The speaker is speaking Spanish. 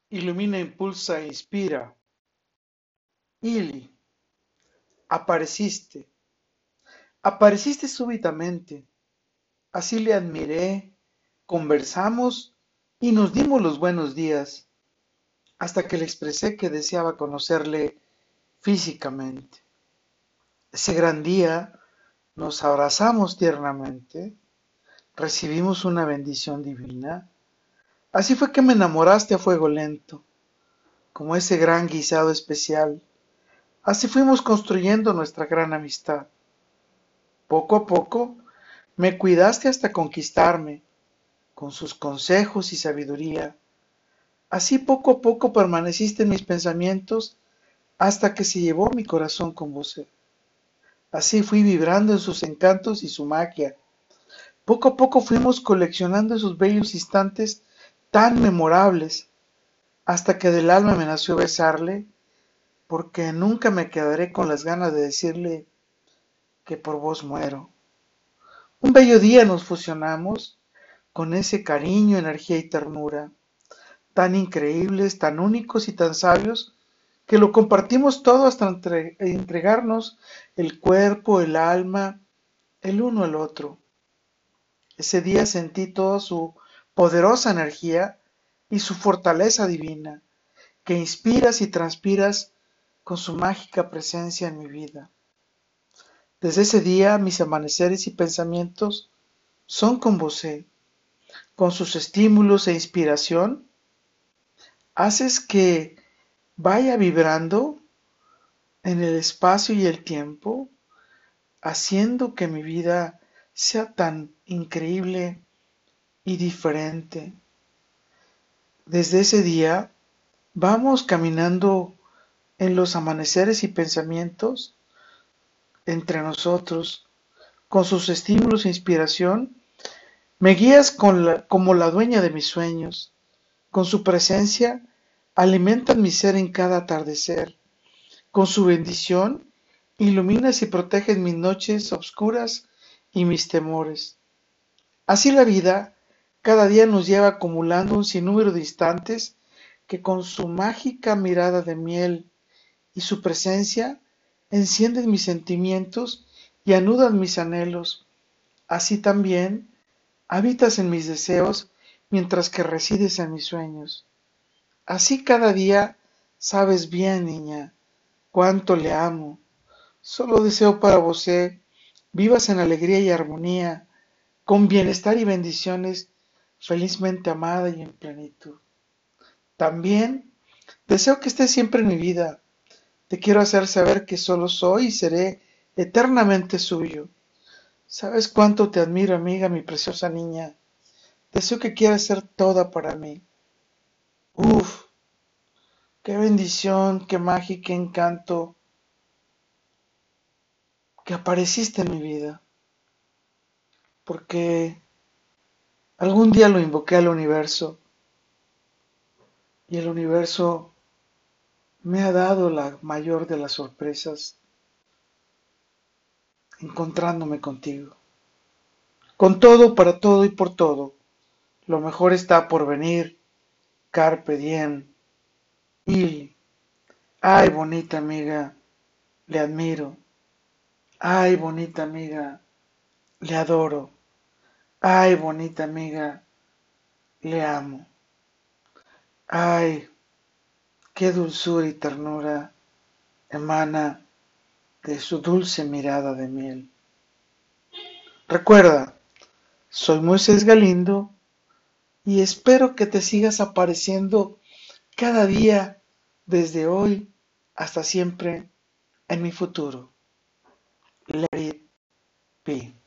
Ilumina, impulsa e inspira. Ili, apareciste, apareciste súbitamente. Así le admiré, conversamos y nos dimos los buenos días, hasta que le expresé que deseaba conocerle físicamente. Ese gran día nos abrazamos tiernamente, recibimos una bendición divina. Así fue que me enamoraste a fuego lento, como ese gran guisado especial. Así fuimos construyendo nuestra gran amistad. Poco a poco me cuidaste hasta conquistarme, con sus consejos y sabiduría. Así poco a poco permaneciste en mis pensamientos hasta que se llevó mi corazón con vos. Así fui vibrando en sus encantos y su magia. Poco a poco fuimos coleccionando esos bellos instantes tan memorables, hasta que del alma me nació besarle, porque nunca me quedaré con las ganas de decirle que por vos muero. Un bello día nos fusionamos con ese cariño, energía y ternura, tan increíbles, tan únicos y tan sabios, que lo compartimos todo hasta entregarnos el cuerpo, el alma, el uno al otro. Ese día sentí toda su poderosa energía y su fortaleza divina, que inspiras y transpiras con su mágica presencia en mi vida. Desde ese día mis amaneceres y pensamientos son con vos, con sus estímulos e inspiración, haces que vaya vibrando en el espacio y el tiempo, haciendo que mi vida sea tan increíble y diferente. Desde ese día vamos caminando en los amaneceres y pensamientos entre nosotros, con sus estímulos e inspiración, me guías como la dueña de mis sueños, con su presencia alimentan mi ser en cada atardecer. Con su bendición, iluminas y proteges mis noches obscuras y mis temores. Así la vida cada día nos lleva acumulando un sinnúmero de instantes que con su mágica mirada de miel y su presencia encienden mis sentimientos y anudan mis anhelos. Así también habitas en mis deseos mientras que resides en mis sueños. Así cada día sabes bien, niña, cuánto le amo. Solo deseo para vos vivas en alegría y armonía, con bienestar y bendiciones, felizmente amada y en plenitud. También deseo que estés siempre en mi vida. Te quiero hacer saber que solo soy y seré eternamente suyo. ¿Sabes cuánto te admiro, amiga, mi preciosa niña? Deseo que quieras ser toda para mí. Uf, qué bendición, qué magia, qué encanto que apareciste en mi vida. Porque algún día lo invoqué al universo y el universo me ha dado la mayor de las sorpresas encontrándome contigo. Con todo, para todo y por todo, lo mejor está por venir. Carpe diem. Y, ay, bonita amiga, le admiro. Ay, bonita amiga, le adoro. Ay, bonita amiga, le amo. Ay, qué dulzura y ternura emana de su dulce mirada de miel. Recuerda, soy Moisés Galindo y espero que te sigas apareciendo cada día desde hoy hasta siempre en mi futuro. Let it be.